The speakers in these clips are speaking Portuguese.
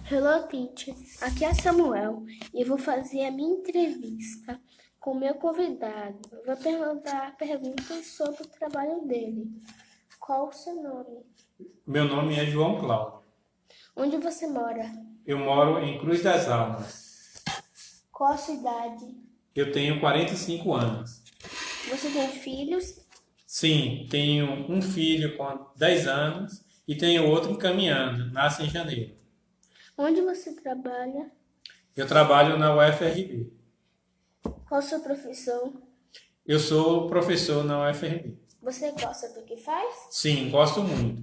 Hello, teacher. Aqui é Samuel e eu vou fazer a minha entrevista com o meu convidado. Eu vou perguntar perguntas sobre o trabalho dele. Qual o seu nome? Meu nome é João Cláudio. Onde você mora? Eu moro em Cruz das Almas. Qual a sua idade? Eu tenho 45 anos. Você tem filhos? Sim, tenho um filho com 10 anos e tenho outro encaminhando, nasce em janeiro. Onde você trabalha? Eu trabalho na UFRB. Qual a sua profissão? Eu sou professor na UFRB. Você gosta do que faz? Sim, gosto muito.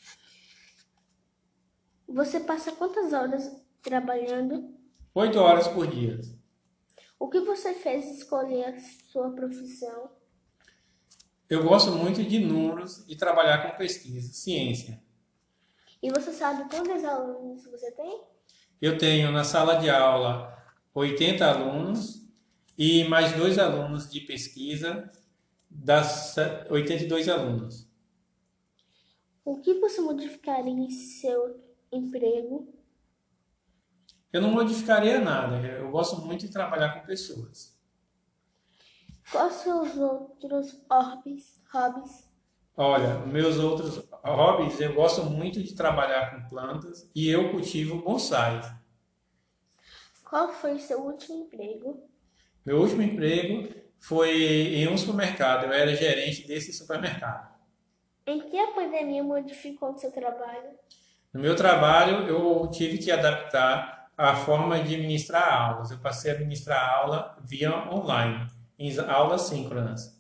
Você passa quantas horas trabalhando? 8 horas por dia. O que você fez escolher a sua profissão? Eu gosto muito de números e trabalhar com pesquisa, ciência. E você sabe quantos alunos você tem? Eu tenho na sala de aula 80 alunos e mais dois alunos de pesquisa, das 82 alunos. O que você modificaria em seu emprego? Eu não modificaria nada, eu gosto muito de trabalhar com pessoas. Quais seus outros hobbies? Olha, meus outros hobbies, eu gosto muito de trabalhar com plantas e eu cultivo bonsais. Qual foi seu último emprego? Meu último emprego foi em um supermercado, eu era gerente desse supermercado. Em que a pandemia modificou o seu trabalho? No meu trabalho, eu tive que adaptar a forma de ministrar aulas. Eu passei a ministrar aula via online, em aulas síncronas.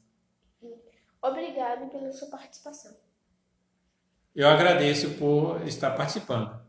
Obrigado pela sua participação. Eu agradeço por estar participando.